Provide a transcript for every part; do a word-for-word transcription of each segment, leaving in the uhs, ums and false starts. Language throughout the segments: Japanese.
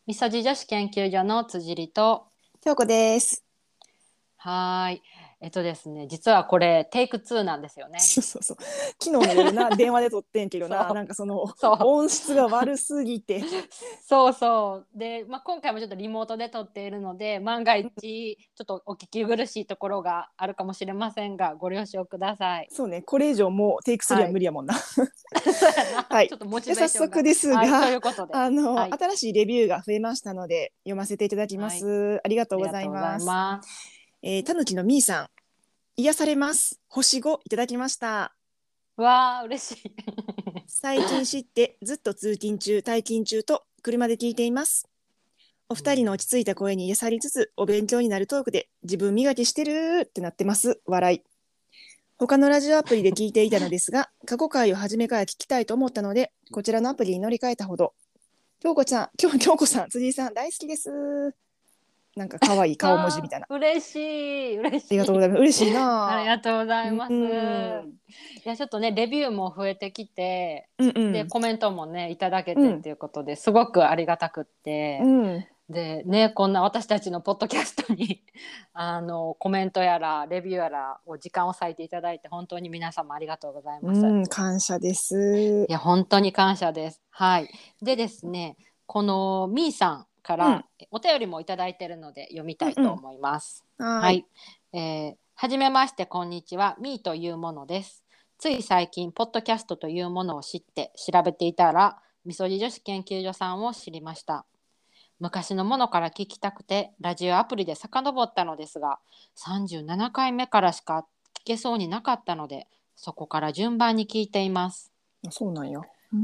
みそじ女子研究所の辻里と。 京子です。 はーい。えっとですね、実はこれテイクツーなんですよね。 そうそうそう。昨日の夜な、電話で撮ってんけどな、なそうんかそのそう。 音質が悪すぎて。 そうそうで、まあ、今回もちょっとリモートで撮っているので、万が一ちょっとお聞き苦しいところがあるかもしれませんが、ご了承ください。 そうね、これ以上もうテイクスリーはい。 は無理やもんな。 そうやな。 はい。 ちょっとモチで、早ベーションが。 速ですはい。といが、 うことで。 あの、 はい。 新しいレビューが増えましたので、読ませていただきまはい。 す。ありがとありうございがとうございます。 ます。 えー、たぬきのみーさん、癒されます。星ごいただきました。 わあ、嬉しい。 最近知ってずっと通勤中、退勤中と車で聞いています。お二人の落ち着いた声に癒されつつ、お勉強になるトークで、自分磨きしてるってなってます。笑い。他のラジオアプリで聞いていたのですが、過去回を初めから聞きたいと思ったので、こちらのアプリに乗り換えたほど、京子ちゃん、京京子さん、辻井さん、大好きです。なんか可愛い顔文字みわあ、 たいな。あ嬉しい、嬉しい。 りがとうございます。嬉しいありながとうございぁ。 ます。 うん。 いや、ちょっとね、レビューも増えてきて、 うんうで、 ん。 コメントもね、いただけうん。 てっていうことですごくありがたくっうて、 ん。 で、ね、こんな私たちのポッドキャストにあのコメントやらレビューやらを時間を割いていただいて本当に皆様ありがとうございます。 うん。感謝です。 いや、本当に感謝です。はい。でですね、このみーさんかうん。 らお便りもいただいているので読みうんうん。 たいと思います。 はーい。 はい。えーはじめまして、こんにちは。みーというものです。つい最近、ポッドキャストというものを知って調べていたら、みそじ女子研究所さんを知りました。昔のものから聞きたくて、ラジオアプリで遡ったのですが、さんじゅうななかいめからしか聞けそうになかったので、そこから順番に聞いています。 あ、そうなんや。うん。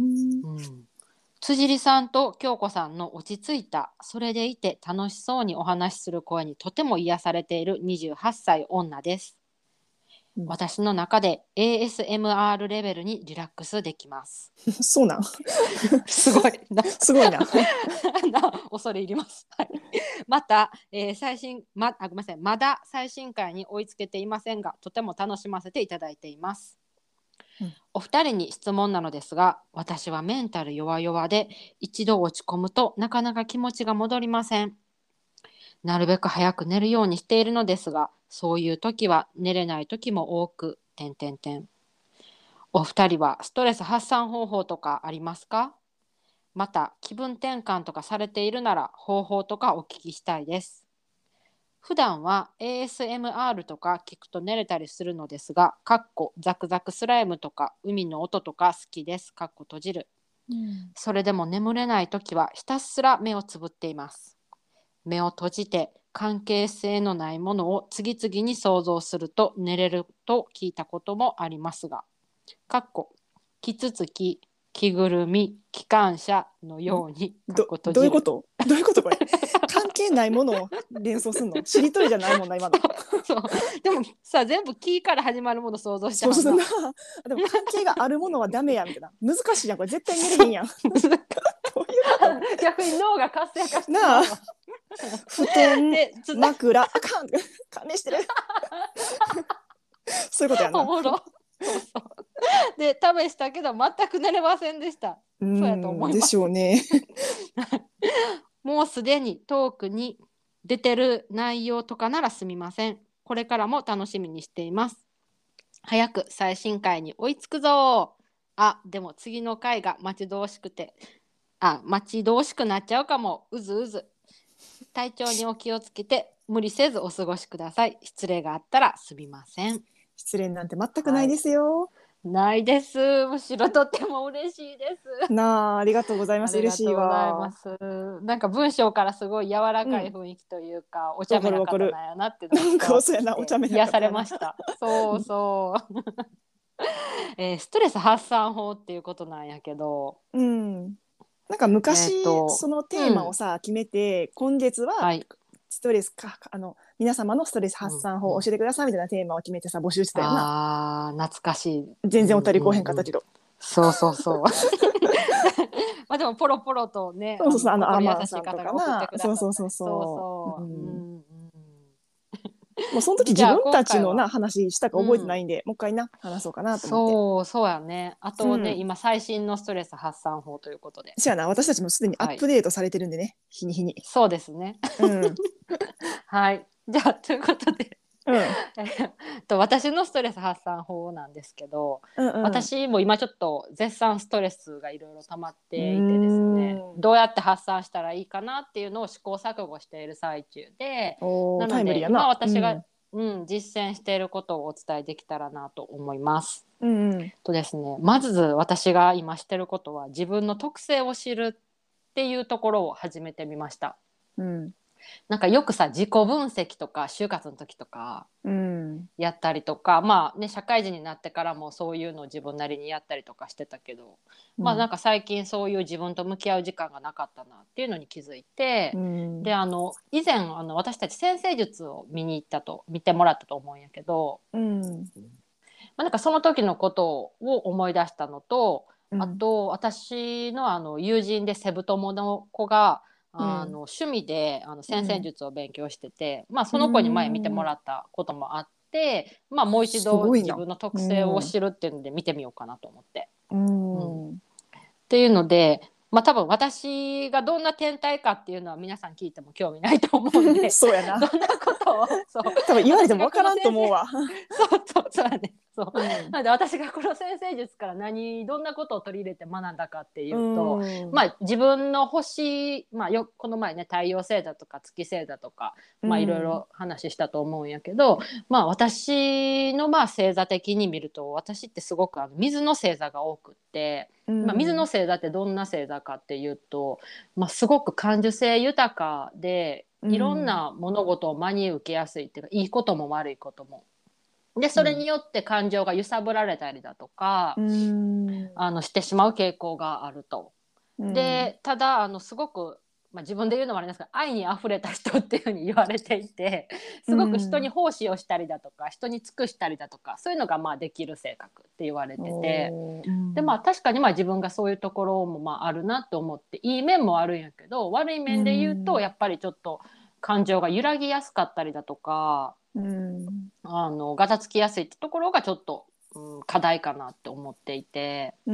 うん、辻里さんと京子さんの落ち着いた、それでいて楽しそうにお話しする声にとても癒されているにじゅうはっさい女です。 うん、 私の中で エーエスエムアール レベルにリラックスできます。 そうなん。 すごいな。 すごいな。 な恐れ入ります。はい、また、えー最新まあごめんなさいまだ最新回に追いつけていませんが、とても楽しませていただいています。 うん、 お二人に質問なのですが、私はメンタル弱々で、一度落ち込むとなかなか気持ちが戻りません。なるべく早く寝るようにしているのですが、そういう時は寝れない時も多く、点点点。お二人はストレス発散方法とかありますか？また気分転換とかされているなら方法とかお聞きしたいです。普段は エーエスエムアール とか聞くと寝れたりするのですが、かっこザクザクスライムとか海の音とか好きです。かっこ閉じる。 うん、 それでも眠れないときはひたすら目をつぶっています。目を閉じて関係性のないものを次々に想像すると寝れると聞いたこともありますが、かっこキツツキ、着ぐるみ、機関車のように、かっど、 こ閉じる。 どういうことどういうことこれ。関係ないものを連想するの、しりとりじゃないもんな、今の。 そうでもさ、全部キから始まるもの想像しちゃうな。 そうそうな。でも関係があるものはダメや、みたいな。難しいやん、これ絶対寝れへんやん。どういうこと逆に脳が活性化してなあ、 まうわ。 布団、 でつ枕、あかん関連してる。そういうことやんな。 おもろ。そうそうで試したけど全く寝れませんでした。 うそうやとん、で思います。 しょうね。 もうすでにトークに出てる内容とかならすみません。これからも楽しみにしています。早く最新回に追いつくぞ。あ、でも次の回が待ち遠しくて、あ、待ち遠しくなっちゃうかも。うずうず。体調にお気をつけて無理せずお過ごしください。失礼があったらすみません。 失恋なんて全くなはい。 いですよ。 ないです。むしろとっても嬉しいです。 なあ、ありがとうございます。 あり嬉しいがとうございまわ。 す。なんか文章からすごい柔らかいうん、 雰囲気というか、お茶わか目なるわかる。 方なんやなっていうのがなん伝わっかそうやな、おてきて茶目な癒され方やな。 ました。そうそう。えーストレス発散法っていうことなんやけど、 うん。なんかえっ昔と、 そのテーうん、 マをさ決めて、今月ははい、 ストレスか、あの皆様のストレスうん、 発散法をうん。 教えてくださいみたいなテーマを決めてさ募集してたよな。 あー、懐かしい。 全然おうんう便りこうへんんうん。 かったけど。 そうそうそう。まあでもポロポロとね、 そうそうそう、 あのあのア心優しいマンさんと方が送ってかな。 くだそうそうそうさったり、そうそう。うそう、うん。 んうん。 もうその時じゃあ自分たち今回は、 のな話したか覚えてないんで、もう一回な話そうかなと思って。 そうそうやね。あとね、 うん今最新のストレス発散法ということで。 そやな、私たちもすでにアッはい。 プデートされてるんでね、日に日に。 そうですね。 うん。 はい。じゃあということで、 うん。 えっと私のストレス発散法なんですけど、 うん私も今ちょっと絶賛ストレスがいろいろ溜まっうていてですね、 ん。うーん。 どうやって発散したらいいかなっていうのを試行錯誤している最中で、 おー、タなので今イムリーやな。う私が、 ん。 うん、実践していることをお伝えできたらなと思います。 うんうん。 とですね、まず私が今してることは自分の特性を知るっていうところを始めてみました。 うん。 なんかよくさ、自己分析とか就活の時とかうん。 やったりとか、まあね、社会人になってからもそういうのを自分なりにやったりとかしてたけど、まあなんか最近そういう自分と向き合う時間がなかったなっていうのに気づいて、 うん。 であの以前あの私たち先生術を見に行ったと見てもらったと思うんやけど、 うん。 まあ、なんかその時のことを思い出したのと、あうん。 と私のあの友人でセブ友の子がうん。 あの趣味であの先生うん。 術を勉強してて、まあ、 うその子に前見てもん。 らったこともあって、まあ、もう一すごいな。 度自分の特う性をん。 知るっていうので見てみようかなと思って。 ううん、っん。 ていうので、まあ、多分私がどんな天体かっていうのは皆さん聞いても興味ないと思うんで、 そうやな。 どんなことを、そう多分言われてもわから私がこの先生、 んと思うわ。 そうそうそうやね。そう。 うん。 なので私がこの先生術から何どんなことを取り入れて学んだかっていううと、 ん。 まあ自分の星、まあよこの前ね太陽星座とか月星座とか、 うまあいろいん。 ろ話したと思うんやけど、まあ私のまあ星座的に見ると私ってすごくあの水の星座が多くって、 うまあ、水のん。 星座ってどんな星座かっていうと、まあ、すごく感受性豊かでういろんん。 な物事を真に受けやすいっていうか、いいことも悪いことも。でそれうん。 によって感情が揺さぶられたりだとかうん。 あのしてしまう傾向があると。 うん。 でただあのすごく、まあ、自分で言うのもあれですが愛にあふれた人っていうふうに言われていて、 うすごく人にん。 奉仕をしたりだとか人に尽くしたりだとかそういうのがまあできる性格って言われてて。 おー。うん。 でまあ確かにまあ自分がそういうところもまああるなと思って、いい面もあるんやけど悪いう面で言うとん。 やっぱりちょっと感情が揺らぎやすかったりだとか、 うん。 あのガタつきやすいってところがちょっと、うん、課題かなって思っていて、 うん。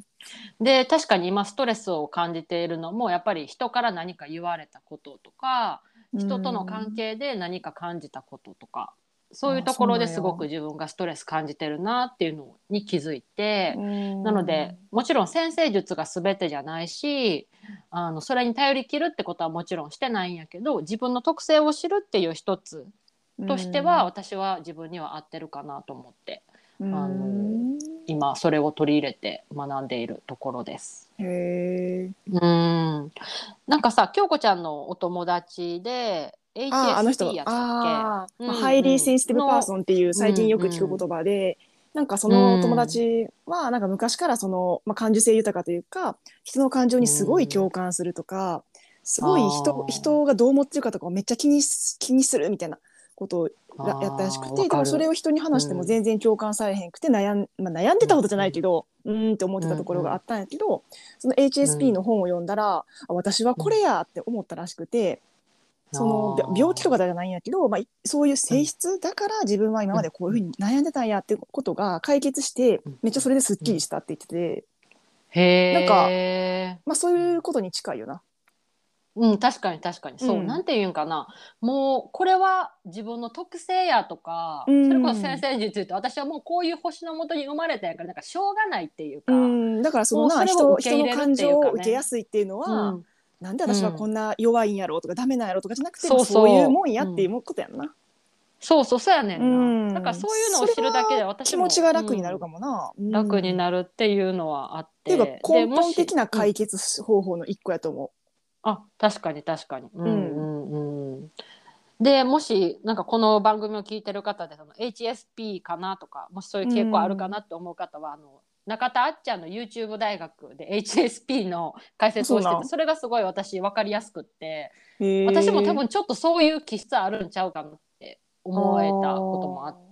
で確かに今ストレスを感じているのもやっぱり人から何か言われたこととかう人との関ん。 係で何か感じたこととか、そういうあ、 ところでそうなんや。 すごく自分がストレス感じてるなっていうのに気づいて、 うなのでん。 もちろん先生術が全てじゃないし、あのそれに頼りきるってことはもちろんしてないんやけど、自分の特性を知るっていう一つうとしてはん。 私は自分には合ってるかなと思って、 うあのん。 今それを取り入れて学んでいるところです。 へえ。 うーん。なんかさ、京子ちゃんのお友達でああ、あのエイチエスピー人。 やったっけ？ ああ、 うまあ、ハイリーセンシティブパーんうん。の、 ソンっていう最近うんよく聞くうん言葉で、なんかそうの友ん達はなんか昔からその、まあ、感受性豊かというか、人の感情うにすごいん。 共感するとか、すあごい人、人ーがどう思ってるかとかをめっちゃ気にす、気にするみたいなことをあややったらしくー、わて、でもそれかる。 を人にう話してもん全然共感されへんくて悩ん、まあ、悩んでうたことじゃないんけど、うーんって思っうてたところがあんったんやけど、そのうエイチエスピーんの本を読んだら、あ、私はこれうん。 やって思ったらしくて、 あそのび病気とかーじゃないんやけど、まあ、そういう性うん質だから自分は今うんまでこういうふううんに悩んでたんやってことが解決してうんめっちゃそれですっうん。 きりしたって言ってて、 へなんか、 え。 まあ、そううんいうことに近いよな。 うん、確かに確かに。そう、なうん。 んて言うんかな。もう、これは自分の特性やとうか、それこそ先ん。 生術言うと、私はもうこういう星のもとに生まれたんやから、なんかしょうがないっていううか、 ん。だからそのな、 もうそれを人、 受け入人のれるってい感情を受けうかね。 やすいっていうのは、 うん、 なんで私はこうん。 んな弱いんやろうとかダメなんやろうとかじゃなくて、まあ、 そうそういうもそう。 んやっていうん。 うことやんな。 そうそう、そうやねうんな。だからん。 そういうのをそれ知るだけでは気持ち私も、 が楽になるうん、 かもな。う楽にん。っなるっていうのはあっていうかて。で、 根もし、 本的なうん。 解決方法の一個やと思あ、確かに確かに。うう。うんうん。 んうん。でもしなんかこの番組を聞いてる方でその エイチエスピー かなとか、もしそういうう傾向あるかん。 なって思う方はあの中田あっちゃんの YouTube 大学で エイチエスピー の解説をしてて、 そうなん。 それがすごい私分かりやすくって、私も多へえ。 分ちょっとそういう気質あるんちゃうかなってああ。 思えたこともあって、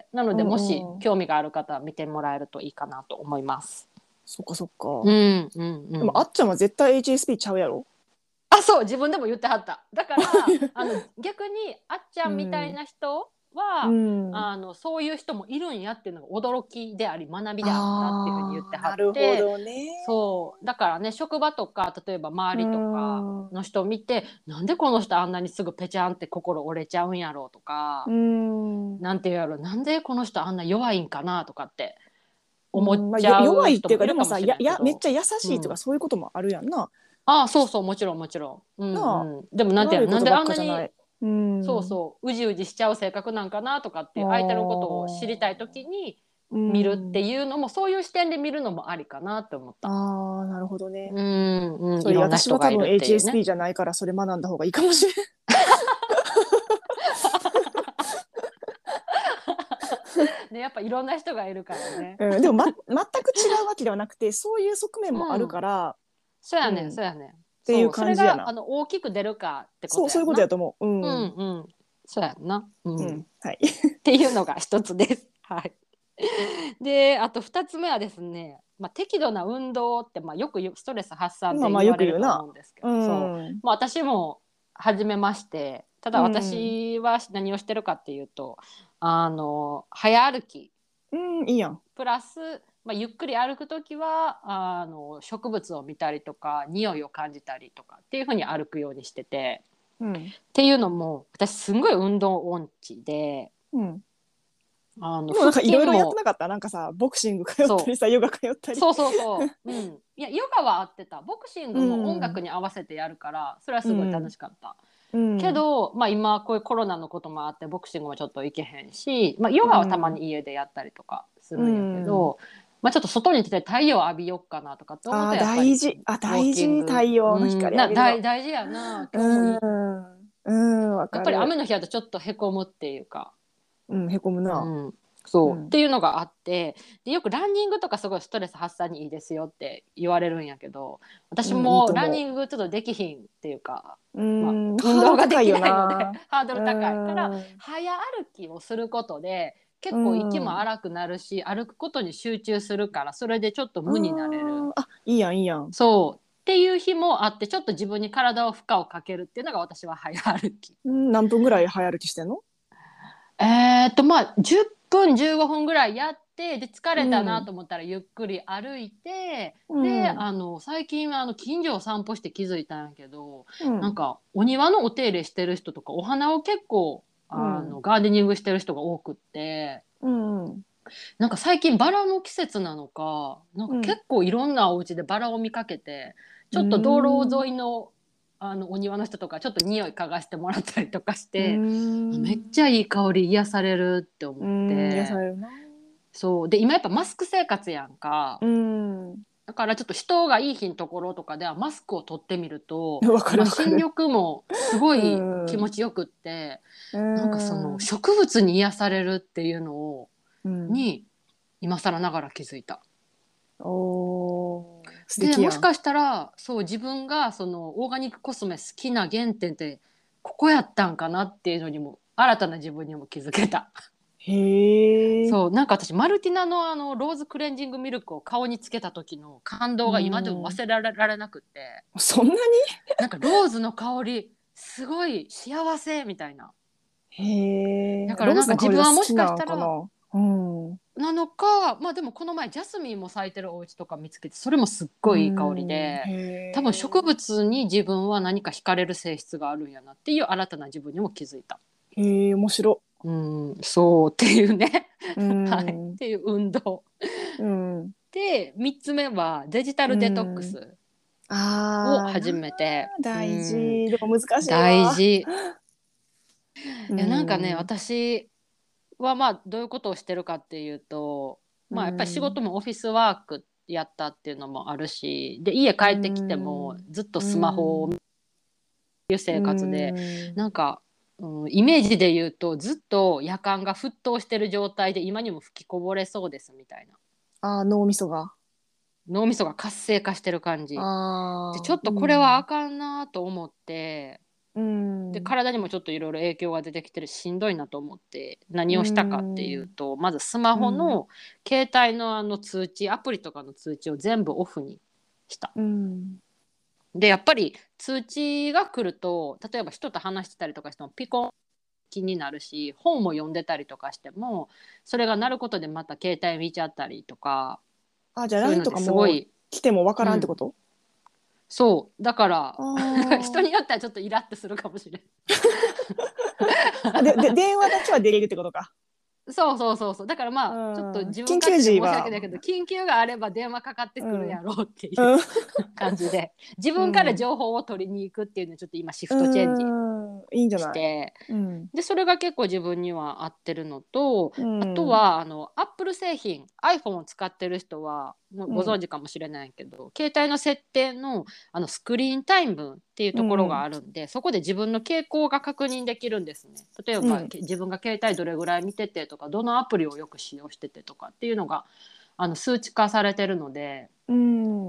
なのうでもしんうん。 興味がある方は見てもらえるといいかなと思います。 そっかそっうか。 んうんうん。 でもあっちゃんは絶対 エイチエスピー ちゃうやろ。 あ、そう自分でも言ってはった。だからあの逆にあっちゃんみたいな人は、 うん、 あのそういう人もいるんやっていうのが驚きであり学びであったっていうふうに言ってああ、 はっなるほて、 どね。 そうだからね職場とか例えばう周りとかん、うの人を見て、なんでこの人あんなにすぐペチャンって心折れちゃうんやろうとか、 ん、 なんていうやろ、なんでこの人あんな弱いんかなとかって思っうん、まあ、よちゃう弱いっていうか、で人もいるかももさ、や、や、めっしれんけど、 ちゃ優うん、 しいとかそういうこともあるやんな。 ああそうそうもちろんもちろん、うなあ、 んうん、でもなんていうの、なんで悪いことばっあんなにかじゃない。うん。 そうそううじうじしちゃう性格なんかなとかっあていう相手のことを知りたいあ、 時にう見るってん。 いうのも、そういう視点で見るのもありかなって思った。 ああ、なるほどね。 うん、うん、 そういう、 いろんな私は多分人がいるっていうね。 エイチエスピー じゃないから、それ学んだ方がいいかもしれん。 でやっぱいろんな人がいるからね。 うん、でも、ま、全く違うわけではなくて、そういう側面もあるうん、 から、 そうやねんうん、っそうやねん。 ていうそうそれ感じやな。 があの大きく出るかってこそう、そういうとやんな。 ことやと思う。ううんん。 うん、そうやんな。うん。っうん。はい。 ていうのが一つです。はい。で、あと二つ目はですね、まあ、適度な運動って、まあ、よく言うストレス発散まあまあ、 で言わよく言うな。 れると思うんですけうど、そん。 う、まあ、私も初めまして、ただうん。 私は何をしてるかっていうと、あの早歩きうん、いいやん。 プラス、まあ、ゆっくり歩くときはあの植物を見たりとか匂いを感じたりとかっていうふうに歩くようにしてて、 うん。 っていうのも私すんごい運動音痴で、 うん。 あの腹でもなんかいろいろやって筋もなかった。なんかさ、ボクシング通ったりそさ、ヨガ通ったり。 うそうそうそう、うん、いやヨガは合ってた。ボクシンうグも音ん。 楽に合わせてやるからそれはすごい楽うん。 しかった。 うん。 けど、まあ、今こういうコロナのこともあってボクシングもちょっと行けへんし、まあ、ヨうガはたまん。 に家でやったりとかすうるんやけん。 ど、まあ、ちょっと外に出て太陽浴びよっかなとかって思うああ、 とやっぱり大事。あ、 ウォー大事。太キング、う陽のん、な光浴びるの。 大大事やな。 う今日もいい。 ん。うん、わやっぱり雨かる。 の日だとちょっとへこむっていうか、 うん、へこむな。 うん、そうっうん。 ていうのがあって、でよくランニングとかすごいストレス発散にいいですよって言われるんやけど、私うん、いいもランニと思ングちょっとできひんっていうか、 う。 まあ、 うん、 運ハードル動ができ高いよないのでな。 ハードルう高いからん。 早歩きをすることでう結構息もん。 荒くなるし歩くことに集中するからそれでちょっとう無になれる。 ん。あ、いいやん、いいやん。 そうっていう日もあって、ちょっと自分に体を負荷をかけるっていうのが私は早歩き。 うん、何分ぐらい早歩きしてんの？ えーっとまあじゅっぷんじゅうごふんぐらいやってで疲れたなうん。 と思ったらゆっくり歩いて、 うでん。 あの最近はあの近所を散歩して気づいたんやけど、 うん。 なんかお庭のお手入れしてる人とかお花を結構あのうん。 ガーデニングしてる人が多くって、 うん。 なんか最近バラの季節なのかなんかうん。 結構いろんなお家でバラを見かけて、ちうょっと道ん。 路沿いのあのお庭の人とかちょっと匂い嗅がしてもらったりとかしうて、あめっん。 ちゃいい香り癒されるって思っうん。癒さて。 れるな。 そうで今やっぱマスク生活やんか。 うん。 だからちょっと人がいい日のところとかではマスクを取ってみるとわかる今新わかる。 緑もすごうい気持ん。 ちよくって、 うなんかそのん。 植物に癒されるっていうのをうん。 に今更ながら気づいた。 おー、素敵やん。 でもしかしたらそう自分がそのオーガニックコスメ好きな原点ってここやったんかなっていうのにも新たな自分にも気づけた。 へえ。 そうなんか私マルティナのあのローズクレンジングミルクを顔につけた時の感動うが今でもん。 忘れられられなくって、 そんなに？ なんかローズの香りすごい幸せみたいな。 へえ。 だからなんかローズの香り自分はもしが好きなかしたらんかな。うん。うなのか、まあでもこの前ジャスミンも咲いてるお家とか見つけてそれもすっごいいい香りん。 で、多分植へ物に自分は何か惹かれる性質があるんやなっていう新たな自分にも気づいた。 え。へえ、面白。 うん、そうっていうね。 うはいっん。 ていう運動うん。 で、みっつめはデジタうルデトックん。 スをああ、な始めて、 あ、 う大事。 ん、 でも難しいわ。 大事。いうやなんかねん。 私はまあどういうことをしてるかっていうと、 うまあやっぱり仕事ん。 もオフィスワークやったっていうのもあるし、で家う帰ってきてもん。 ずっとうスマホを見ん。 るう生活で、 ん。 なんか、うん、イメージで言うとずっと夜間が沸騰してる状態で今にも吹きこぼれそうですみたいな、 ああ、脳みそが。 脳みそが活性化してる感じで、ちょああ、うっとこれはあん。 かんなと思って、 うでん。 体にもちょっといろいろ影響が出てきてるしんどいなと思ってう何をしたかっていうん。 と、まずスマうん。 ホの携帯のあの通知アプリとかの通知を全部オフにした。 うん。 でやっぱり通知が来ると例えば人と話してたりとかしてもピコン気になるし、本も読んでたりとかしてもそれが鳴ることでまた携帯見ちゃったりとか、 あ、じゃあそういうラインのでとかもすごい、 来てもわかうん、 らんってこと？ そうだから人あによってはちょっとイラッとするかもしれないあ。で、で、電話だけは出れるってことか。 そうそうそうそう。だからまうあちょっとん。 自分緊急勝手で時は、 申し訳ないけど緊急があれば電話かかってうん。 くるやろうっていううん。 感じで自分からうん。 情報を取りに行くっていうのをちょっと今シフトチェンジうん。いいんじゃない？ して、 うん。 でそれが結構自分には合ってるのと、 うあとん。 はあの Apple 製品 iPhone を使ってる人はもうごうん。 存知かもしれないけど、携帯の設定の、あのスクリーンタイムっていうところがうん。 あるんで、そこで自分の傾向が確認できるんですね。例えば、 うん。 け自分が携帯どれぐらい見ててとかどのアプリをよく使用しててとかっていうのがあの数値化されてるので、 うん。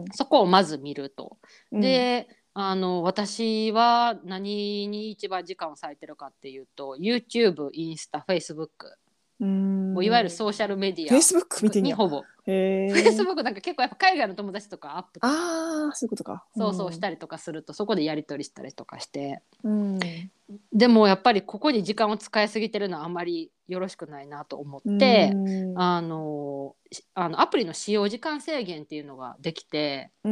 そこをまず見ると。 うん。 であの私は何に一番時間を割いてるかっていうと YouTube、インスタ、Facebook、 うもういわゆるん。 ソーシャルメディア Facebook 見てんや。 にほぼへえ。 Facebook なんか結構やっぱ海外の友達とかアップとかああ、そういうことか。うそうそうしん。 たりとかするとそこでやり取りしたりとかして、 うん。 でもやっぱりここに時間を使いすぎてるのはあんまりよろしくないなと思っうて、 ん。 あのあのアプリの使用時間制限っていうのができて、 うん。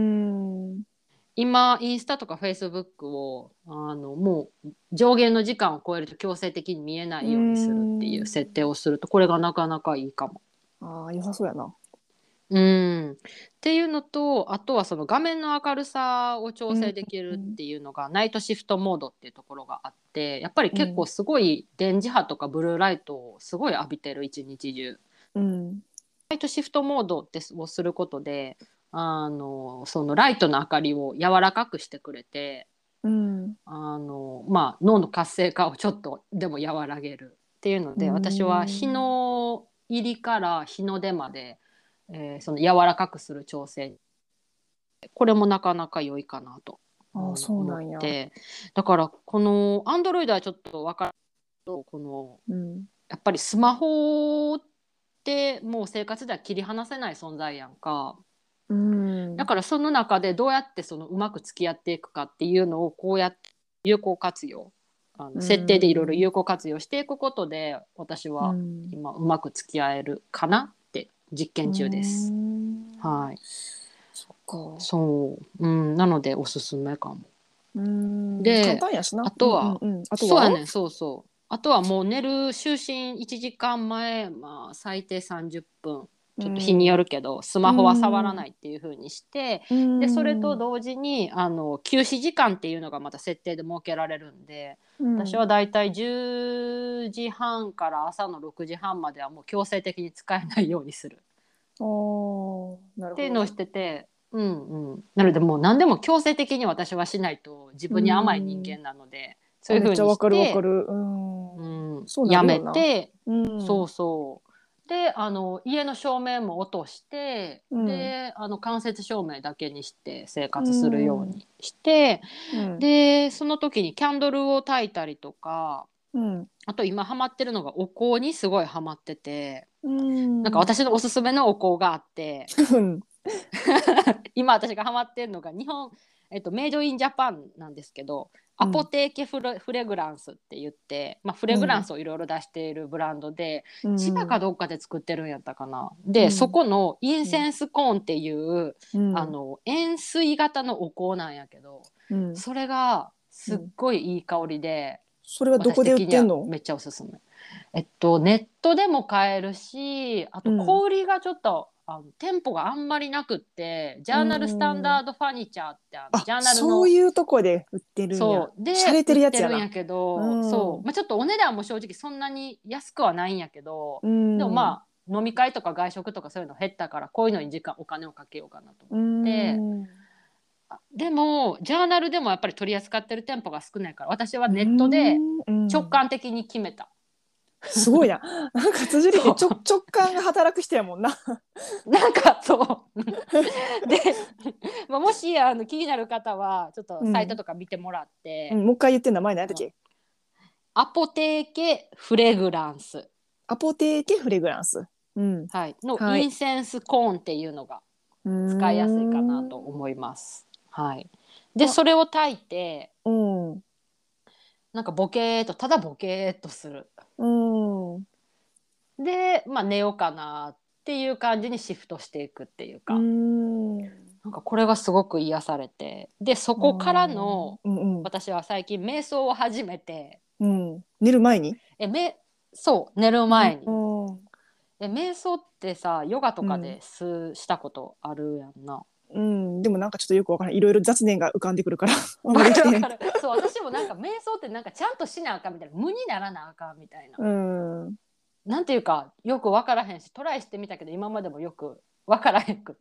今インスタとかフェイスブックをあのもう上限の時間を超えると強制的に見えなういようにするっていうん。 設定をするとこれがなかなかいいかも。 ああ、良さそうやな。 うん、っていうのとあとはその画面の明るさを調うん。 整できるうん。 っていうのがナイトシフトモードっていうところがあって、やっぱりうん。 結構すごい電磁波とかブルーライトをすごい浴びてる一日中。 うん。 ライトシフトモードってをすることであのそのライトの明かりを柔らかくしてくれて、 うん。 あの、まあ、脳の活性化をちょっとでも和らげるっていうのうで私は日ん。 の入りから日の出まで、えーその柔らかくする調整、これもなかなか良いかなと、うああ、 ん、思っそうなんや。 て、だからこの Android はちょっと分かるけどこのうん。 やっぱりスマホってもう生活では切り離せない存在やんか。 うん。 だからその中でどうやってそのうまく付き合っていくかっていうのをこうやって有効活用、あうの設定でいろいろん。 有効活用していくことで私うはん。 今うまく付き合えるかなって実う験中です。 ん。 はい。 そっか。 そう、うん、なのでおすすめかも。 うん。簡で、 単やしな。うんうんあとはうん。あとは？ そうやねん、そうそう。あとはもう寝る就寝いちじかんまえ、まあ最低さんじゅっぷん、 うちょっと日によん。 るけどスうマホは触らん。 ないっていう風にして、 うでそれとん。 同時にあの休止時間っていうのがまた設定で設けられるんで、 うん。 私はだいたいじゅうじはんから朝のろくじはんまではもう強制的に使えないようにするおー、なるほどね。 っていうのをしてて、うんうん、なのでもう何でも強制的に私はしないと自う分に甘い人ん。 間なので、そあ、 ういう風にめっちゃわかるわかして、 る。うん。 うん、 そうなやめるよな。 て、 うん。 そうそうであの家の照明も落として、 うん。 であの間接照明だけにして生う活するようん。 にして、 うん。 でその時にキャンドルを焚いたりとか、 うん。 あと今ハマってるのがお香にすごいハマってて、 うなんかん。 私のおすすめのお香があって、 うん。 今私がハマってるのが日本、えっと、メイドインジャパンなんですけど、アポテーケフレフレグランスって言って、まあ、フレグランスをいろいろ出しているブランドで、 う千葉かん。 どっかで作ってるんやったかな。 うん。 でそこのインうん。 センスコーンっていううん。 あの円錐型のお香なんやけど、 うん。 それがすっうん。 ごいいい香りでそれはどこで売っ私的にてんの？ はめっちゃおすすめ。えっと、ネットでも買えるし、あとうん。 小売りがちょっとあの店舗があんまりなくって、ジうャーナルスタンダん。 ードファニチャーってあのあ、 ジャーナルのそういうとこで売ってるんや。 そうで洒落てるやつやな。 売ってるんやけうど、そう、 ん。 まあ、ちょっとお値段も正直そんなに安くはないんやけど、 うん。 でもまあ飲み会とか外食とかそういうの減ったからこういうのに時間お金をかけようかなとう思って、 ん。うでもジャーナルでもやっぱり取り扱ってる店舗が少ないから私はネットでん。う直ん。 感的に決めた。 すごいな。なんか辻里ってちょそ直感が働く人やもんな。 うなんかそうで、まあ、もしあの気になる方はちょっとサイトうん。 とか見てもらっうん、 て、 もう一回言って名前何やったっけ？ アポテーケフレグランス、 アポテーケフレグランス。うん。 はい、のはい。 インセンスコーンっていうのがうー使いやすいかなとん。 思います。はい。 でそれを炊いてうんなんかボケーっとただボケーっとする。 うんで、まあ、寝ようかなっていう感じにシフトしていくっていううか、 んなんかこれがすごく癒されて、でそこからのうんうん私は最近瞑想を始めて、 うん寝る前にえめそう寝るうん前に。 うんえ瞑想ってさヨガとかうんですしたことあるやんな。 うん、でもなんかちょっとよくわからない。いろいろ雑念が浮かんでくるからあんまわかできてへん。 るわかる。そう私もなんか瞑想ってなんかちゃんとしなあかんみたいな、無にならなあかんみたいな、 うん。わなんていうかよく分からへんしトライしてみたけど今までもよく分からへんくって、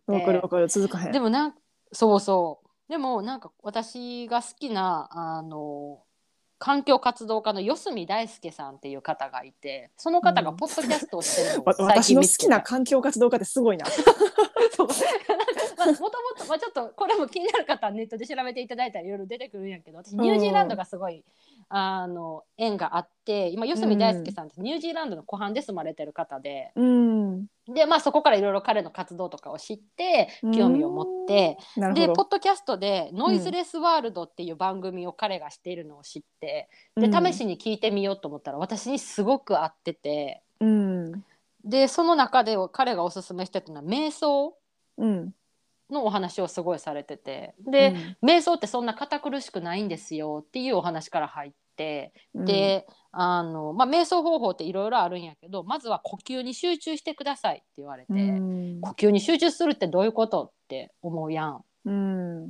かるわかる。続かへん。 でもなんそうそうでもなんか私が好きなあの環境活動家の四隅大輔さんっていう方がいて、そのうん、 方がポッドキャストをしてるのをわ最私の好きな近見つけて。 環境活動家ってすごいな。 そうなんかまあもともと、まあ、ちょっとこれも気になる方はネットで調べていただいたらいろいろ出てくるんやけど、私うニュージーランドん。 がすごいあの縁があって、今四う隅大輔ん。 さんってニュージーランドの湖畔で住まれてる方で、 うん。 でまあそこからいろいろ彼の活動とかを知ってう興味を持っん。 て、でポなるほど。 ッドキャストでノイズうん。 レスワールドっていう番組を彼がしているのを知って、で試うん。 しに聞いてみようと思ったら私にすごく合ってて、 うん。 でその中で彼がおすすめしてたのは瞑想うん。 のお話をすごいされてて、でうん。 瞑想ってそんな堅苦しくないんですよっていうお話から入って、 うん。 であの、まあ、瞑想方法っていろいろあるんやけど、まずは呼吸に集中してくださいって言われうて、 ん。 呼吸に集中するってどういうことって思うやん。 うん。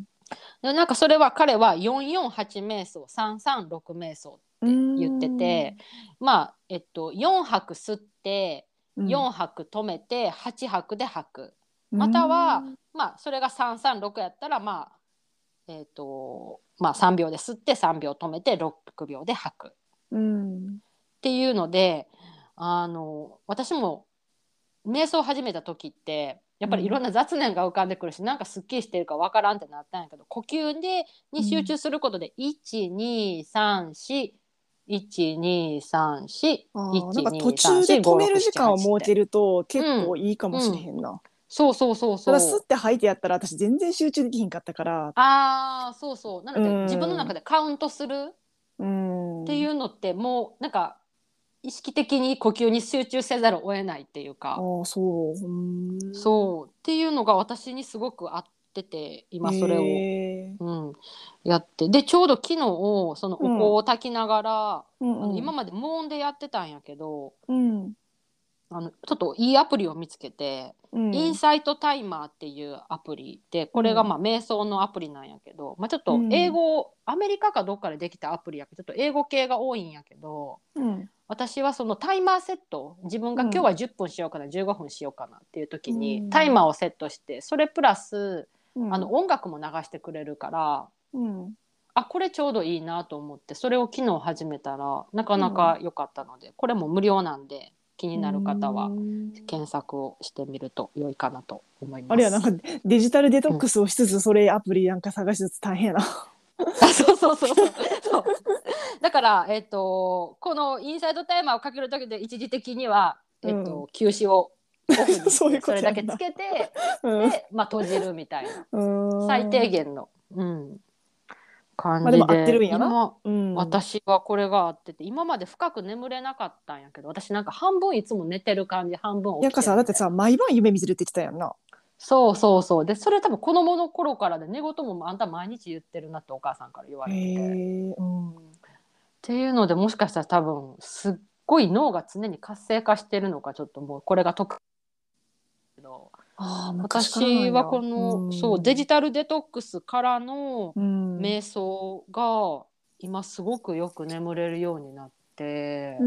でなんかそれは彼はよんよんはち瞑想さんさんろく瞑想っうて言ってて、 ん。 まあえっとよん吐吸ってうん。 よん吐止めてはち吐で吐く、 うまたはん。 まあそれがさんさんろくやったらまあえっとまあさんびょうで吸ってさんびょう止めてろくびょうで吐くっうん。 ていうので、あの私も瞑想を始めた時ってやっぱりいろんな雑念が浮かんでくるし、なんかすっきりしてるかわからんってなったんやけど、呼吸でに集中することでいちにさんしいちにさんしああ、なんいちか途にさん中でしごろく止める時ななはちって。 間を設けると結うん構いいかもしうんれへんな。 そうそうそうただ吸っそう。 て吐いてやったら私全然集中できひんかったから、 ああそうそうなうので自分のん、 中でカウントするうっていん、 うのってもうなんか意識的に呼吸に集中せざるを得ないっていうか、 ああ、そう、うん、 そうっていうのが私にすごく合ってて、 へ今それを、 え、 うん、やってでちょうど昨日そのお香うん、 を焚きながら、 うん、 あのうん、 今まで無音でやってたんやけど、 うん、 あのちょっといいアプリを見つけて、 うん、 インサイトタイマーっていうアプリで、これがうん、 まあ瞑想のアプリなんやけど、まあ、ちょっと英うん、 語アメリカかどっかでできたアプリやけどちょっと英語系が多いんやけど、 うん、 私はそのタイマーセット、自分が今日はじゅっぷんしようかなじゅうごふんしようかなっていうう時にタイん、 マーをセットして、それプラスうん、 あの音楽も流してくれるから、 うん、 あこれちょうどいいなと思ってそれを昨日始めたらなかなうん、 か良かったので、これも無料なんで気にうなる方はん。 検索をしてみると良いかなと思いあれや、なんかます。 デジタルデトうん、 ックスをしつつ、それアプリなんか探しつつ大変やな。 あそうそうそうそうそうだから、えっと、このインサイドタイマーをかける時で一時的には、 うん。 えっと、休止をオフにしそういうてそれだことやんな。 けつけて、 うん。 で、まあ、閉じるみたいなう最ーん。 低限の、うん、感まあでも合ってるじでんやな。 今うん。 私はこれがあってて、今まで深く眠れなかったんやけど、私なんか半分いつも寝てる感じ半分起きなんかさ、 てんのね。 だってさ、毎晩夢見てるって言ってたやんな。 そうそうそうでそれ多分子供の頃からで、寝言もあんた毎日言ってるなってお母さんから言わへれてて、っえ、うん。 ていうのでもしかしたら多分すっごい脳が常に活性化してるのか、ちょっともうこれが特けど、 ああ、昔からな私んや。 はこうのそうデん。 ジタルデトックスからのうん。 瞑想が今すごくよく眠れるようになって、 うん。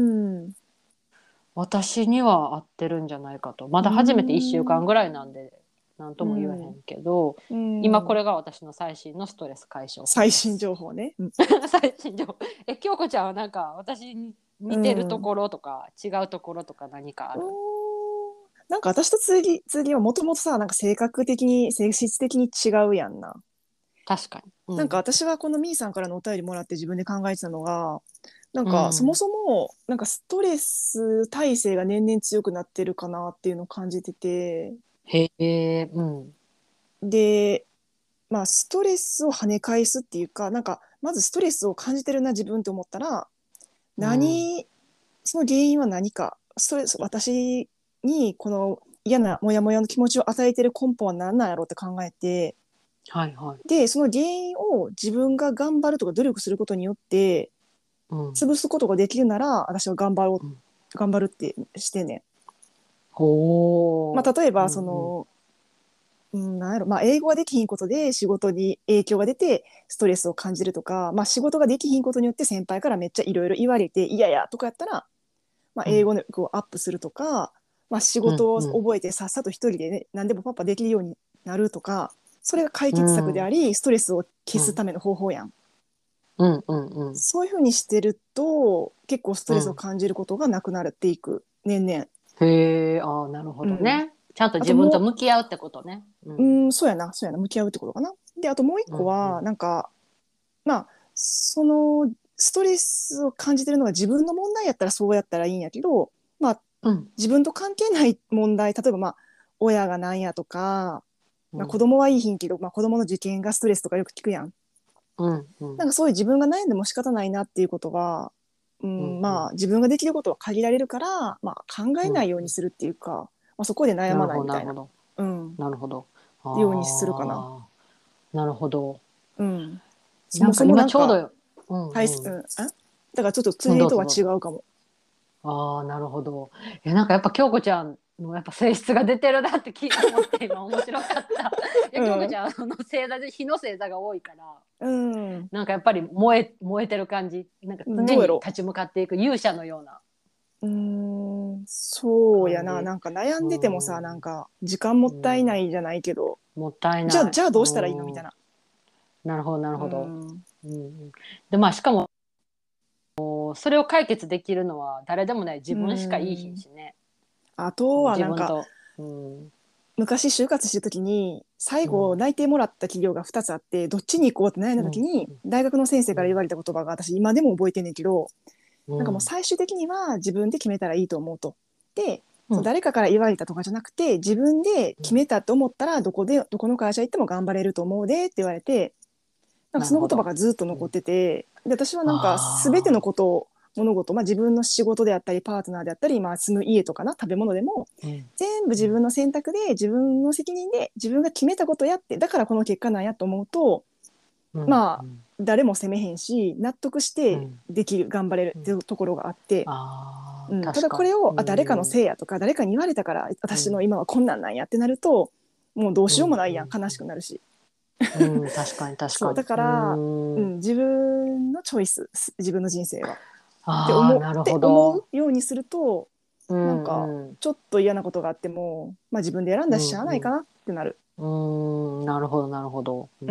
私には合ってるんじゃないかと。まうだ初めていっしゅうかんん。 ぐらいなんで何とも言えへうん。 んけど、 う今こん。 れが私の最新のストレス解消法最新です。 情報ね。うん。 最新情報。え京子ちゃんはなんか私にう似てるとん。 ころとか違うところとか何かあうーる？ ん。なんか私と次、次はもともとさ、なんか性格的に、性質的に違うやんな。 確かに。うなんかん。 私はこのみーさんからのお便りもらって自分で考えてたのが、なんうかそもん。 そもなんかストレス耐性が年々強くなってるかなっていうのを感じてて、 へえ、うん。 で、 まあストレスを跳ね返すっていうか、なんかまずストレスを感じてるな自分と思ったら、 うん何、その原因は何か、ストレス、私にこの嫌なモヤモヤの気持ちを与えてる根本は何なんやろうって考えて、 はいはい。 でその原因を自分が頑張るとか努力することによってうん潰すことができるなら、私は頑張ろう、 うん。 頑張るってしてんねん。まほあ、例えう。うばそんうんの、うん、なんやろ、まあ、英語ができひんことで仕事に影響が出てストレスを感じるとか、まあ、仕事ができひんことによって先輩からめっちゃいろいろ言われて嫌やとかやったら、まあ、 うん英語力をアップするとか、まあ、仕事をうんうん覚えてさっさと一人でね何でもパッパできるようになるとか、それが解決策でうんありストレスを消うんすための方法やん。 うんうんそういうふうにしてると結構ストレスをうん。 感じることがなくなっていく年々。 へえ、ああ、なるほうん、 どね。ちゃんと自分とあとも向き合うってことね。うう、 ん。 うん、そうやなそうやな向き合うってことかな。であともう一うん個はなんか、まあそのストレスを感じてるのが自分の問題やったらそうやったらいいんやけど、まあうん自分と関係ない問題、例えばまあ親がなんやとか、まあ、子うん供はいいひんけど、まあ、子供の受験がストレスとかよく聞くやん。 うんうんなんかそういう自分が悩んでも仕方ないなっていうことは、うん、 うんうんまあ自分ができることは限られるから、まあ、考えうん。 ないようにするっていうか、まあ、そこで悩まなるほど、 ないみたいな、 なるほど。 うん、 なるほど。 ようにするかな。 ああ、なるほど。 うん、そもそなんかもなんか、 今ちょうど、うん大す、 うん。 うん、あだからちょっとうん、 次とはどうぞどうぞ。 違うかも。 ああ、なるほど。え、なんかやっぱ京子ちゃんのやっぱ性質が出てるなってき思って今面白かった。いや、京子うん、 ちゃん、あの星座で火の星座が多いから、 うん、 なんかやっぱり燃え、燃えてる感じ。なんか常どうやろに立ち向かっていく勇者のようなう。うーん、そうやな。 感じ。 なんか悩うんでてもさ、なんん。 か時間もったいなうん。 いじゃないけど、 もったいじゃあ、 ない。 じゃあどうしたらいいのみうん。 たいな。 なるほど、なるうほど。 ん。 うん。で、まあ、しかも、それを解決できるのは誰でもない自う分しかいいひんん。 しね。 あとそのはなんか、 自分と。うん。 昔就活してる時に、最うん。 後内定もらった企業がふたつあって、どっちに行こうって悩んだうん。 時に、大学の先生から言わうん。 れた言葉が私今でも覚えてんねんけど、なんかもううん。 最終的には自分で決めたらいいと思うと。で、そのうん。 誰かから言われたとかじゃなくて、自分で決めたと思ったら、どこで、どこの会社行っても頑張れると思うでって言われて、なんかその言葉なるほど。 がずっとうん。 残ってて、で私はなんか全てのああ。 ことを、物事、まあ、自分の仕事であったりパートナーであったり、まあ、住む家とかな食べ物でもうん。 全部うん。 自分の選択で自分の責任で自分が決めたことやってだからこの結果なんやと思うと、 うん。 まあうん。 誰も責めへんし納得してうん。 できる頑張れるうん。 っていうところがあって、 ああ、 うん、た確かに。 だこれをうあ誰かのん。 せいやとか誰かに言われたからうん。 私の今はこんなんなんやってなるともうどううん。 しようもないやん、 うん。 悲しくなるし。 うん、確かに確かに。 そうだかうら、うーん。 ん、自分のチョイス自分の人生はってああ、 思ってなるほど。 思うようにすると、 うなんかんうん。 ちょっと嫌なことがあっても、まあ、自分で選んだししゃあないうんかなってなる。 うん。うーん、なるほどなるほど。うーうん。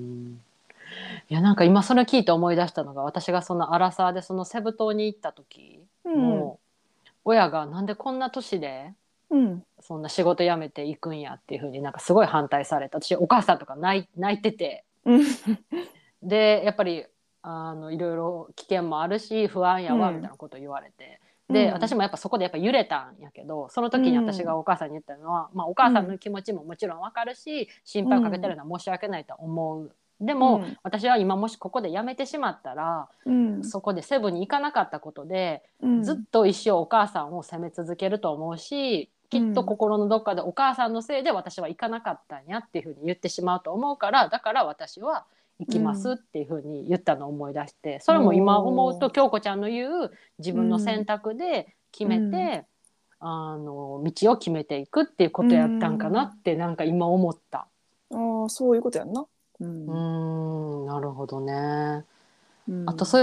ん。いや、なんか今それ聞いて思い出したのが、私がそのアラサーでそのセブ島に行った時うんも、親がなんでこんな年でうん。 そんな仕事辞めていくんやっていう風になんかすごい反対された。私お母さんとか泣い、泣いてて、 うん。 でやっぱりあのいろいろ危険もあるし不安やわみたいうん。 なことを言われて、 うん。 で私もやっぱそこでやっぱ揺れたんやけど、そのう時に私がん。 お母さんに言ったのは、まあ、お母さんのうん。 気持ちももちろんわかるし心配をかけてうん。 るのは申し訳ないと思う。でもうん。 私は今もしここで辞めてしまったら、 うん。 そこでセブンに行かなかったことでずっうん。 と一生お母さんを責め続けると思うし、きっと心のどっかでお母さんのせいで私は行かなかったんやっていうふうに言ってしまうと思うから、だから私は行きますっていうふうに言ったのを思い出して、それも今思うおー。 と京子ちゃんの言う自う分の選ん。 択で決うん。 めてあの道を決めていくっていうこうとやったんかなん。 ってなんか今思った。 ああ、そういうことやんな。ううーん。 ん、なるほどね。 うん。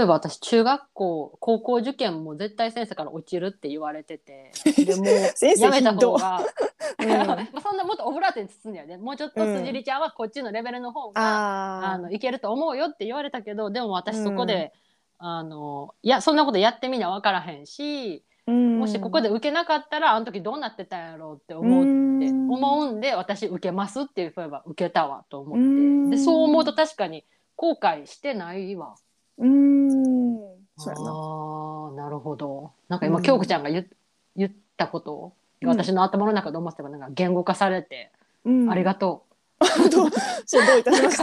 あとそういえば私中学校高校受験も絶対先生から落ちるって言われてて、でも先うやめた生ひど。 方がうん。 まあそんなもっとオブラートに包んだよね。もうちょっうと辻ん。 里ちゃんはこっちのレベルの方があああ。 のいけると思うよって言われたけど、でもう私そこん。 であのいやそんなことやってみな分からへんし、 うもしここん。 で受けなかったらあの時どうなってたんやろうってう思うってん。 思うんで、私受けますって言えば受けたわと思うって、でそう思うとん。 確かに後悔してないわ。 うん。そうやな。 ああ、なるほど。なんか今京子ちうん。 ゃんが言、言ったことがうん。 私の頭の中で思ってたからなんか言語化されてうん。 ありがとう。 どうそうどういたしまして。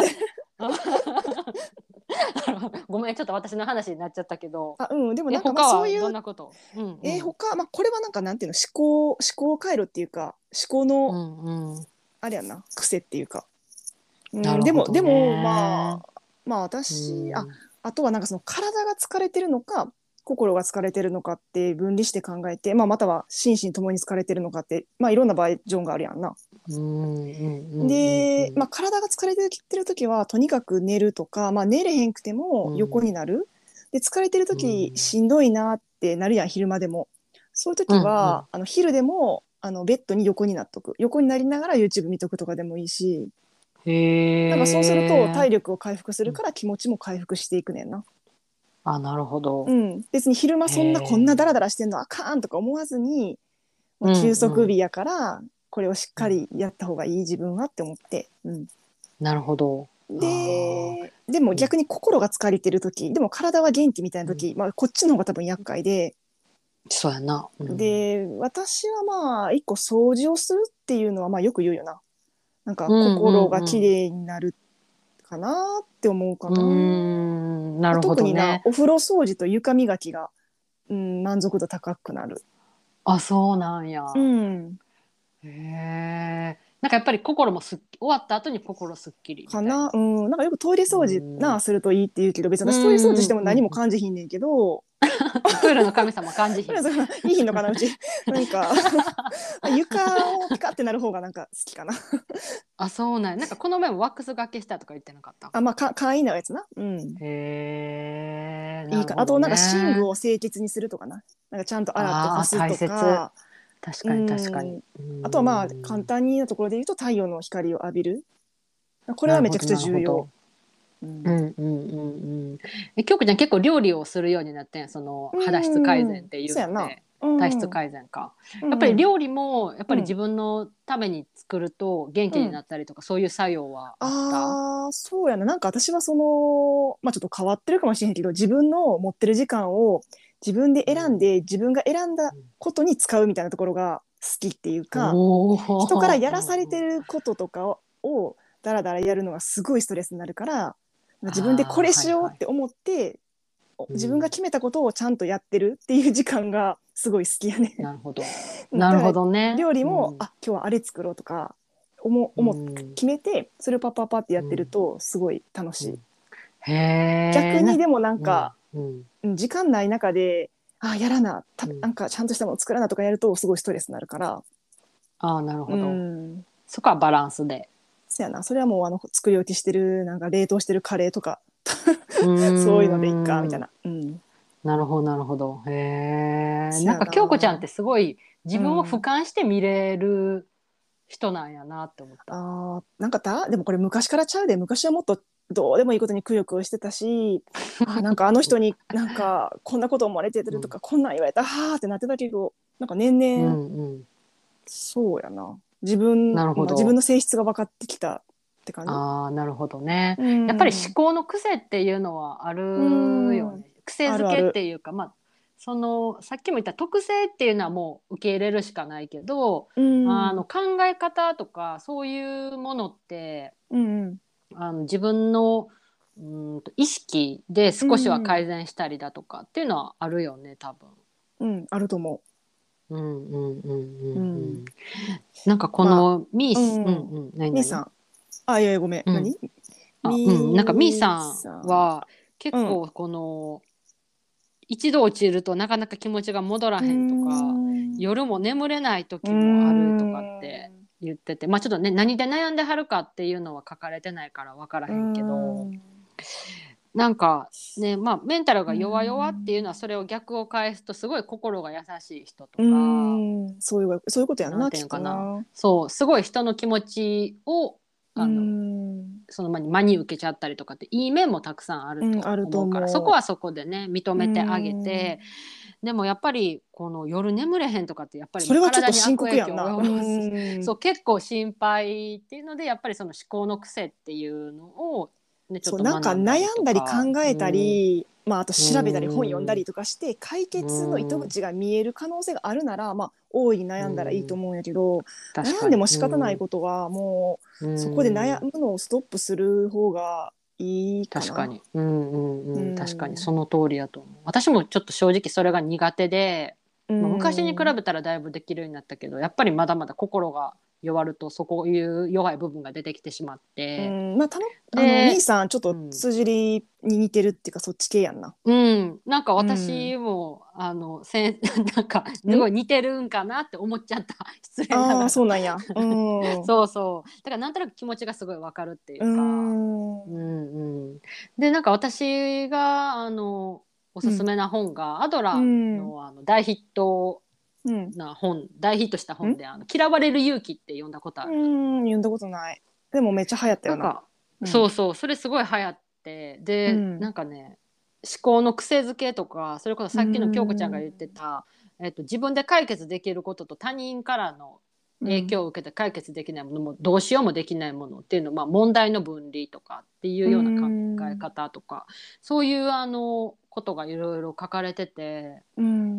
ごめんちょっと私の話になっちゃったけど、 あ、うん、でもえなんかまあ他はどんそういう、 なこと？うんうえー、 ん他、まあこれはなんかなんていうの、思考思考回路っていうか思考うのんうん。 あれやな、癖っていうか。うん、でなるほどもでもまね。 あまあう私あんあとはなんかその体が疲れてるのか心が疲れてるのかって分離して考えて、まあ、または心身ともに疲れてるのかって、まあ、いろんなバージョンがあるやんな。 うんうんうんうで、まあ、 ん体が疲れてる時はとにかく寝るとか、まあ、寝れへんくても横うんになる。で疲れてるう時んしんどいなってなるやん昼間でも。そういうう時はんあの昼でもあのベッドに横になっとく、横になりながら YouTube 見とくとかでもいいし、 へなんかそうするとえ。 体力を回復すうんるから気持ちも回復していくねんな。 あ、なるほど。 うん、別に昼間へそんなこんなダラえ。 ダラしてんのあかんとか思わずに、もうう休んうん息日やからこれをしっかうん。 りやった方がいい自分はって思って、うん、 なるほど。ああ。 ででもうん逆に心が疲れてる時でも体は元気みたいなうん。 時、まあ、こっちの方が多分厄介で、 そうやな。うん。 で私はまあ一個掃除をするっていうのはまあよく言うよな。なんかうんう心が綺ん麗になるかなって思うかうな。 ん。うーん。なるほ特になどね。 お風呂掃除と床磨きが、うん、満足度高くなる。 あ、そうなんうや。 んへえ。なんかやっぱり心もすっき、終わった後に心すっきりみかな、 たいな。 うん、なんかよくトイレう掃除ん。 なするといいって言うけど、別にう私トイレ掃除してんも何もうんうん。 感じひんねんけど、 トイレの神様感じひん。 とりあえずいいひんのかなうち。なんか床をピカってなる方がなんか好きかな。 あ、そうなんや。なんかこの前もワックスがけしたとか言ってなかった？ あ、まあか簡易なやつな。うん。 へえ、 いいか。 なるほどあとなんか寝具ね。 を清潔にするとかな。なんかちゃんと洗って干ああ、大すと切。 か。う確かに確かに。 ん。 うあとはまあん。 簡単になところで言うと太陽の光を浴びる。これなるほど、 はめちゃくちゃなる重要。 ほど。 うん。 うんうんうんうん。え、京子ちゃん結構料理をするようになってん、そのう肌質改善ん。 っていうそうやな。 ので、 うん。 体質改善か。やっぱうん。 り料理もやっぱり自うん。 分のために作ると元気になうん。 ったりとかそういう作用はあった？ ああ、そうやな。なんか私はその、まあちょっと変わってるかもしれへんけど、自分の持ってる時間を自分で選んうん。 で、自分が選んだことに使うみたいなところが好きっていうか、 お人からお。 やらされてうんうん。 ることとかを、をだらだらやるのがすごいストレスになるから、自分でこああ、 れしはいはい。 ようって思って、自分がうん。 決めたことをちゃんとやってるっていう時間がすごい好きやね。 なるほど。 うんだからなるほどね。 料理も、 うん。 あ、今日はあれ作ろうとか、思う思っん。 決めてそれをパッパッパってやってるうん。 とすごい楽しい。 うん。へえ、な、 逆にでもなんうんかうんうん時間ない中で、あやらなたうん。 なんかちゃんとしたもの作らなとかやるとすごいストレスになるから、 ああ、なるうほど。 んそこはバランスで。 そやな、それはもうあの作り置きしてるなんか冷凍してるカレーとかうーそういうのでいっかみたいん。 な。うんなるほど、なるほど。へえ。 そやなんか京子ちゃんっな。 てすごい自分を俯うん瞰して見れる人なんやなって思った。 あーなんかたでもこれ昔からちゃうで、昔はもっとどうでもいいことにくよくよしてたし、あなんかあの人になんかこんなこと思われてうん。 るとかこんなん言われたはーってなってたけど、なんか年う 々 んうん。 そうやな、自分、 なるほまあ、自分ど。 の性質が分かってきたって感じ。 ああ、なるほどね。 うやっぱり思ん考の癖っていうのはあうるよんね。癖づけっあるある。 ていうか、まあ、その、さっきも言った特性っていうのはもう受け入れるしかないけど、 うんあの、考え方とか、そういうものって、 うんあの、自分の、うんと意識でう少しはん改善したりだとかっていうのはあるよね、多分。 うんあると思うんうんうんうう。うんうんん。なんかこまのミーあうス、うんんうん、何何？ みーさん、あいやいやごめんうん。 何あ、うん、なんかミーみーさんさん。 はうん結構この一度落ちるとなかなか気持ちが戻らうーへんとか、 ん。 夜も眠れないうー時もあるとかってん。 言ってて、まあちょっとね、何で悩んではるかっていうのは書かれてないから分からうーへんけど、 ん。 なんかね、まあメンタルうーが弱々っていうのはん。 それを逆を返すとすごい心が優しい人とうか、 ーん。そういう、そういうことやんな、 なんていきっうのかな、 とな。 そう、すごい人の気持ちを、 うーあの、 ん。 その間に真に受けちゃったりとかっていい面もたくさんあるうん、あとると思うから、そこ思はそこでね認う。うーめてあげん。 て、でもやっぱりこの夜眠れへんとかってやっぱりもうそれはちょっと深体に悪刻やんな。 影響を及うぼす。 ーん。 そう結構心配っていうのでやっぱりその思考の癖っていうのをねちょっそう、 となんか学んだり悩んだり考とか、うえたん、 り、 まあ、あと調べたり本読んだりとかして解決の糸口が見える可能性があるなら、まあ、大いに悩んだらいいと思うんやけど、 確かに。 悩んでも仕方ないことはもううそこで悩ん、 むのをストップする方がいいかな。 確かに。うんうんううん。確かにそん、 の通りやと思う。私もちょっと正直それが苦手で、 うまあ、昔に比ん、 べたらだいぶできるようになったけど、やっぱりまだまだ心が弱るとそういう弱い部分が出てきてしまって、 うん、まあ、たの、あの、みーで、 さん、ちょっとうん、 辻りに似てるっていうか、そっち系やんな。 うん、なんかうん。 私もあのせんなんかすごいん似てるんかなって思っちゃった。失礼なああー、 がら。 そうなんや。うん。うそうそう。だからなんとなく気持ちがすごいわかるっていーうか。うん。 んうん。でなんか私があのおうん。 すすめな本がアドうラーん。 のあの大ヒットうん。 な本大ヒットしたん本であの嫌われる勇気って読んだことうある？ ん。読んだことない。でもめっちゃ流行ったよな。 なんかうん。 そうそうそれすごい流行ってでうん。 なんかね思考の癖づけとかそれこそうさっきの京子ちゃんがん。 言ってた、えっと、自分で解決できることと他人からのうん。 影響を受けて解決できないものもどうしようもできないものっていうの、まあ、問題の分離とかっていううような考えん。 方とかそういうあのことがいろいろ書かれててうん。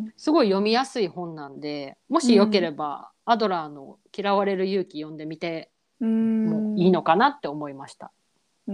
すごい読みやすい本なんでもしよけうん。 ればアドラーの「嫌われる勇気」読んでみてうもいいのん。 かなって思いました。 うん。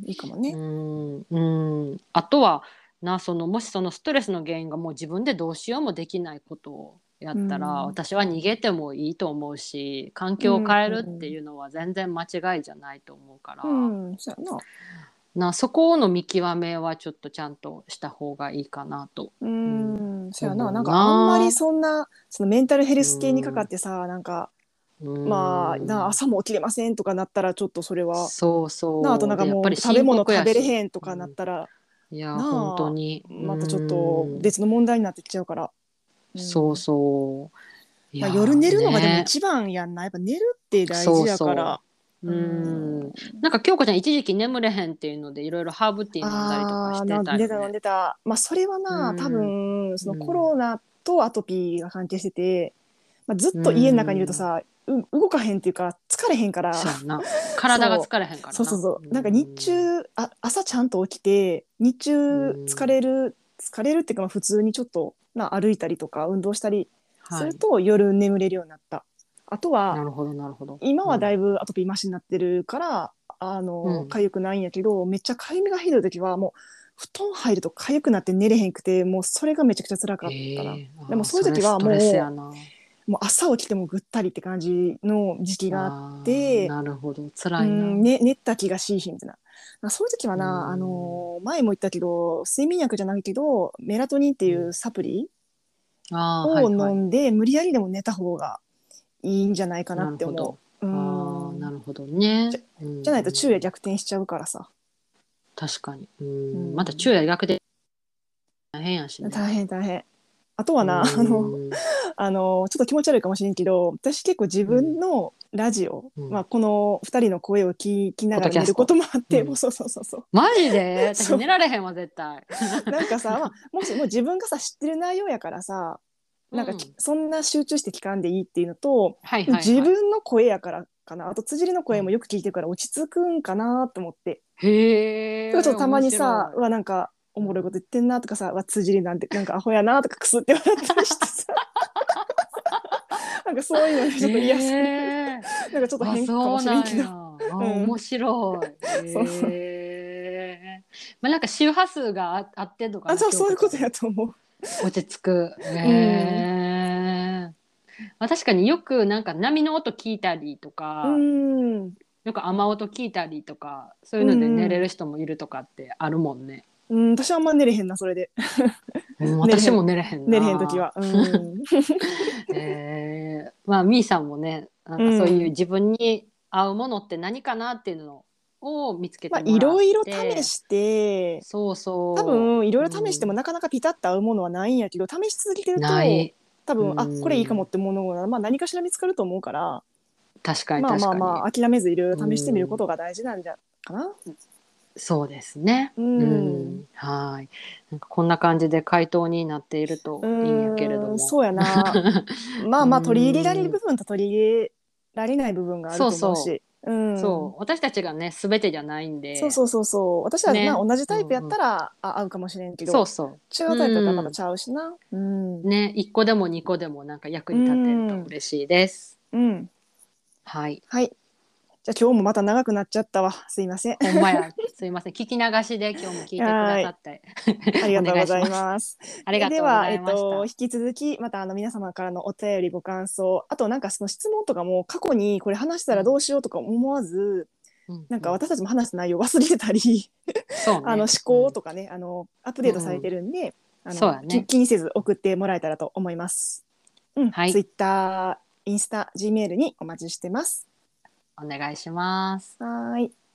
いいかもうね。 んうんあとはなそのもしそのストレスの原因がもう自分でどうしようもできないことをやうったらん。 私は逃げてもいいと思うし環うん。 境を変えるってうん。 いうのは全然間違いじゃないと思うかうらん。そうやな。 なそこの見極めはちょっとちゃんとした方がいいかなと、 ううん、 ん。そうやな。な思うんかあんまりな。 そんな、そのメンタルヘルうス系にかかっんてさ、なんか、 うまあ、なん朝も起きれませんとかなったらちょっとそれはそうなあ、あとなんかそうでやっぱもう食べり深物食べれ刻やし、 へんとかなっうん、 たらいや本当なあ、 にうまたちょっとん別の問題になってきちゃうから、うそうん、 そういまあ、 や夜寝ーるのがでもね一番やんな。やっぱ寝るって大事そうやから、 そう。ううん。 ん、 なんか京子ちゃん一時期眠れへんっていうのでいろいろハーブティー飲んだりとかあー、 して飲んでた飲んたよね。 でた。まあそれはうな、多ん。 分そのコうん。 ロナとアトピーが関係してて、まあ、ずっうと家の中にいるとん。 さ、う動かへんっていうか疲れへんからそうやな。体がそ疲れへんかう、 らな。 そうそうそうう。なんか日ん。 中、あ、朝ちゃんと起きて、日う中疲ん。 れる、疲れるっていうか、まあ普通にちょっと、まあ、歩いたりとか、運動したりすはい。 ると夜眠れるようになった。あとは、 なるほどなるほど。 今はだうん。 いぶアトピーマシになってるから、あの、 うん。 痒くないんやけど、めっちゃ痒みがひどい時は、もう、布団入ると痒くなって寝れへんくて、もうそれがめちゃくちゃ辛かったな。 へえ。 でもああ、 そういう時はそれストレスやもな。 う、もう朝起きてもぐったりって感じの時期があっああ、 て、 なるほど。 う辛いな。 ん、ね、寝た気がしいひんみたいな。まあそういう時はうな、あん。 のー前も言ったけど、睡眠薬じゃないけど、メラトニンってうん。 いうサプリああ、はをいはい。 飲んで、無理やりでも寝た方がいいんじゃないかなって思なるほど。 う。うああ、 ん。 なるほどね。 じゃ、 うんじゃないと昼夜うん。 逆転しちゃうからさ。 確かに。ううん。またん。 昼夜逆で大変やしね。 大変大変。あとはうな、あの、 ん。 あの、ちょっと気持ち悪いかもしれんけど、私結構自うん。 分のラジオ、 うん。 まあ、この二人の声を聞きなポッがら寝るこドキャスト。 ともあって、もううん。 そうそうそうそう。 マジで私そう。 寝られへんわ、絶対。 なんかさ、まあ、もしもう自分がさ、知ってる内容やからさ、なんかきうん。 そんな集中して聞かんでいいっていうのと、 はいはいはい。 自分の声やからかな。あと、辻りのうん。 声もよく聞いてるから落ち着くんかなと思って。だからちょへえ、面っとたまにさ、 白い。 うわ、なんか、おもろいことうん。 言ってんなとかさ、うわ、辻りなんて、なんかアホやなとかくすって笑ったりしてさ、なんかそういうのでちょっと癒される。 へえ。 なんかちょっとあ、 変かもそうなんや。 しれんけど。 あ、 うん。 面白い。 そう。 へえ。まあ、なんか周波数がああってんのかあ、 な、 そう、 京そういうこと子ちゃんの。 やと思落ち着く。へう。うん。 え。まあ、確かによくなんか波の音聞いたりとうか、 ん。 よく雨音聞いたりとか、そういううので寝れん。 る人もいるとかってあるもんね。 うん。私はあんま寝れへんな、それで。 うん、 寝れへん。 私も寝れへん寝れへん時な。 は。うん。 えー、まあみーさんもね、なんうかそういうん。 自分に合うものって何かなっていうのを見つけまあ、 てもらっいろいろ試て、 して、 そうそ多分、いろう、 いろ試してもうん、 なかなかピタッと合うものはないんやけど、試し続けてると、 ない、う多分、あ、これいいかもっん、 てものが、まあ、何かしら見つかると思うから、 確かにまあま確かに、 あまあ、諦めずいろいろう試してみるこん、 とが大事なんじゃかな。 そうですね。 ううん。 ん、はい。なんかこんな感じで回答になっているうといいんやけれどーん、 も。 そうやな。まあうまあ、取り入れられるん、 部分と取り入れられない部分があるそうと思うし。 そうん、 そう私たちがね全てじゃないんで。 そうそうそうそう。私は、 ねまあ同じタイプやったら、 うんうん、 あ合うかもしれんけど、 そうそ違う。 うタイプやったらまたうん。 ちゃうしな。うん。 ね、いっこでもにこでもなんか役うに立てるとん。 嬉しいです。 うん。 はい。 はい。じゃあ今日もまた長くなっちゃったわ。すいません。 ほんまや。すいません。聞き流しで今日も聞いてくだはい。 さってありおがとうござい願いします。 ます。 ありで、では、 がとうござえっと、 いました。 引き続き、またあの皆様からのお便りご感想、あとなんかその質問とかも過去にこれ話したらどうん。 うしようとか思わず、なんうんうん。 か私たちも話した内容忘れてたり、あの思そうね。うん。 考とかね、あのアップデートされうんうん。 てるんで、あの気そうやね。 気にせず送ってもらえたらと思います。うん、 はい。 ツイッター、インスタ、Gmail にお待ちしてます。 お願いします。 はーい。